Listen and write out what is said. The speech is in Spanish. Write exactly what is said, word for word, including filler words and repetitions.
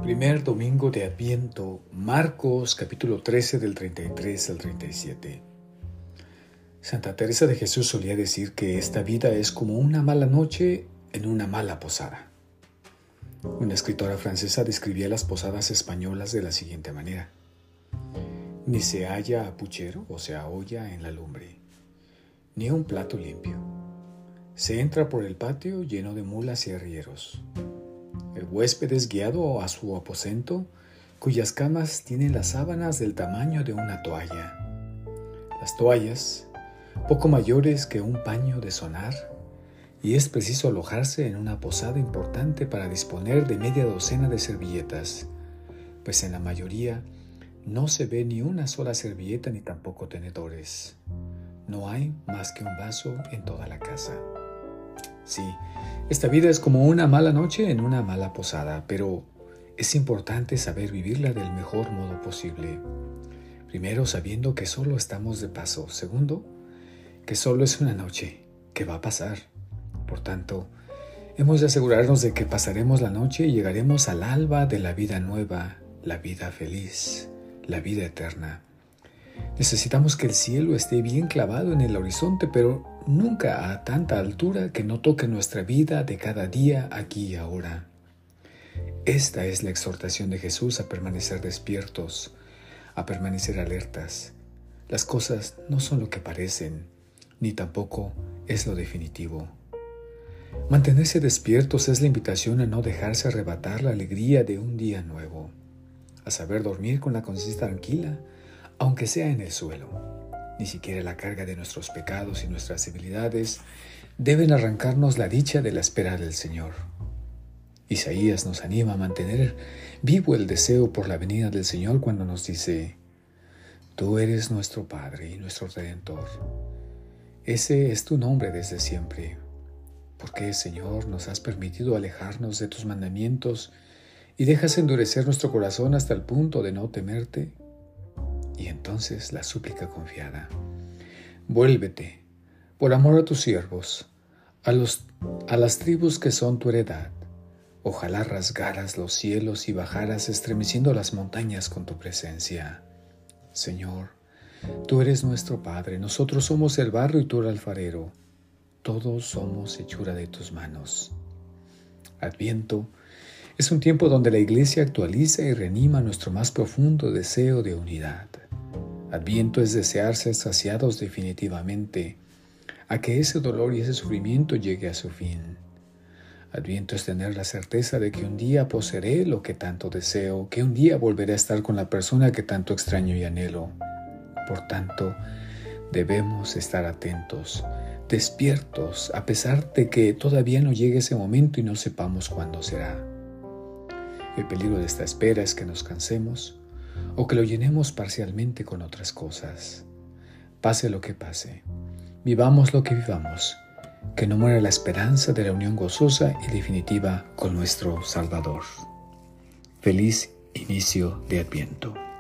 Primer domingo de Adviento, Marcos capítulo trece del treinta y tres al treinta y siete. Santa Teresa de Jesús solía decir que esta vida es como una mala noche en una mala posada. Una escritora francesa describía las posadas españolas de la siguiente manera: ni se halla puchero, o sea, olla en la lumbre, ni un plato limpio. Se entra por el patio lleno de mulas y arrieros. El huésped es guiado a su aposento, cuyas camas tienen las sábanas del tamaño de una toalla. Las toallas, poco mayores que un paño de sonar, y es preciso alojarse en una posada importante para disponer de media docena de servilletas, pues en la mayoría no se ve ni una sola servilleta ni tampoco tenedores. No hay más que un vaso en toda la casa. Sí, esta vida es como una mala noche en una mala posada, pero es importante saber vivirla del mejor modo posible. Primero, sabiendo que solo estamos de paso. Segundo, que solo es una noche, que va a pasar. Por tanto, hemos de asegurarnos de que pasaremos la noche y llegaremos al alba de la vida nueva, la vida feliz, la vida eterna. Necesitamos que el cielo esté bien clavado en el horizonte, pero nunca a tanta altura que no toque nuestra vida de cada día aquí y ahora. Esta es la exhortación de Jesús a permanecer despiertos, a permanecer alertas. Las cosas no son lo que parecen, ni tampoco es lo definitivo. Mantenerse despiertos es la invitación a no dejarse arrebatar la alegría de un día nuevo, a saber dormir con la conciencia tranquila, aunque sea en el suelo. Ni siquiera la carga de nuestros pecados y nuestras debilidades deben arrancarnos la dicha de la espera del Señor. Isaías nos anima a mantener vivo el deseo por la venida del Señor cuando nos dice: Tú eres nuestro Padre y nuestro Redentor. Ese es tu nombre desde siempre. ¿Por qué, Señor, nos has permitido alejarnos de tus mandamientos y dejas endurecer nuestro corazón hasta el punto de no temerte? Y entonces la súplica confiada: vuélvete, por amor a tus siervos, a, los, a las tribus que son tu heredad. Ojalá rasgaras los cielos y bajaras estremeciendo las montañas con tu presencia. Señor, tú eres nuestro Padre, nosotros somos el barro y tú el alfarero. Todos somos hechura de tus manos. Adviento es un tiempo donde la Iglesia actualiza y reanima nuestro más profundo deseo de unidad. Adviento es desear ser saciados definitivamente, a que ese dolor y ese sufrimiento llegue a su fin. Adviento es tener la certeza de que un día poseeré lo que tanto deseo, que un día volveré a estar con la persona que tanto extraño y anhelo. Por tanto, debemos estar atentos, despiertos, a pesar de que todavía no llegue ese momento y no sepamos cuándo será. El peligro de esta espera es que nos cansemos o que lo llenemos parcialmente con otras cosas. Pase lo que pase, vivamos lo que vivamos, que no muera la esperanza de la unión gozosa y definitiva con nuestro Salvador. Feliz inicio de Adviento.